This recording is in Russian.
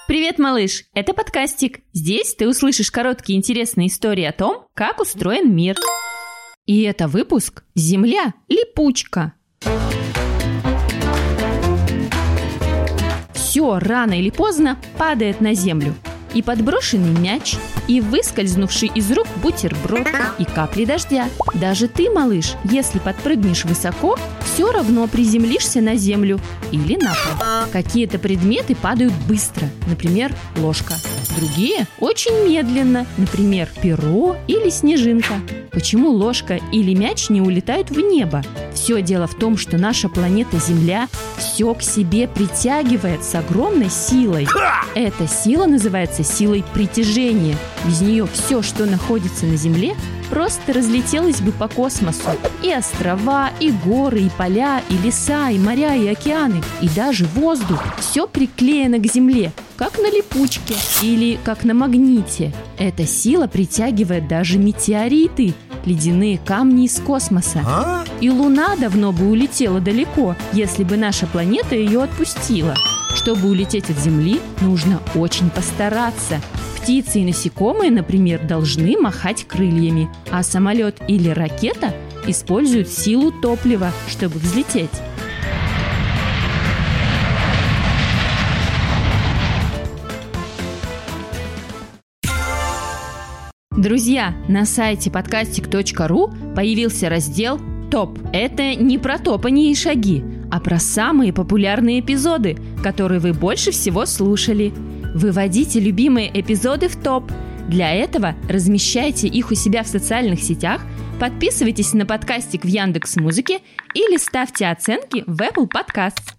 Привет, малыш! Это подкастик. Здесь ты услышишь короткие интересные истории о том, как устроен мир. И это выпуск «Земля липучка». Все рано или поздно падает на землю. И подброшенный мяч, и выскользнувший из рук бутерброд, и капли дождя. Даже ты, малыш, если подпрыгнешь высоко, все равно приземлишься на землю или на пол. Какие-то предметы падают быстро, например, ложка. Другие очень медленно, например, перо или снежинка. Почему ложка или мяч не улетают в небо? Все дело в том, что наша планета Земля все к себе притягивает с огромной силой. Эта сила называется силой притяжения. Без нее все, что находится на Земле, просто разлетелось бы по космосу. И острова, и горы, и поля, и леса, и моря, и океаны, и даже воздух. Все приклеено к Земле, как на липучке или как на магните. Эта сила притягивает даже метеориты, ледяные камни из космоса. И Луна давно бы улетела далеко, если бы наша планета ее отпустила. Чтобы улететь от Земли, нужно очень постараться. Птицы и насекомые, например, должны махать крыльями, а самолет или ракета используют силу топлива, чтобы взлететь. Друзья, на сайте podcastic.ru появился раздел «Топ». Это не про топанье и шаги, а про самые популярные эпизоды, которые вы больше всего слушали. Выводите любимые эпизоды в топ. Для этого размещайте их у себя в социальных сетях, подписывайтесь на подкастик в Яндекс.Музыке или ставьте оценки в Apple Podcasts.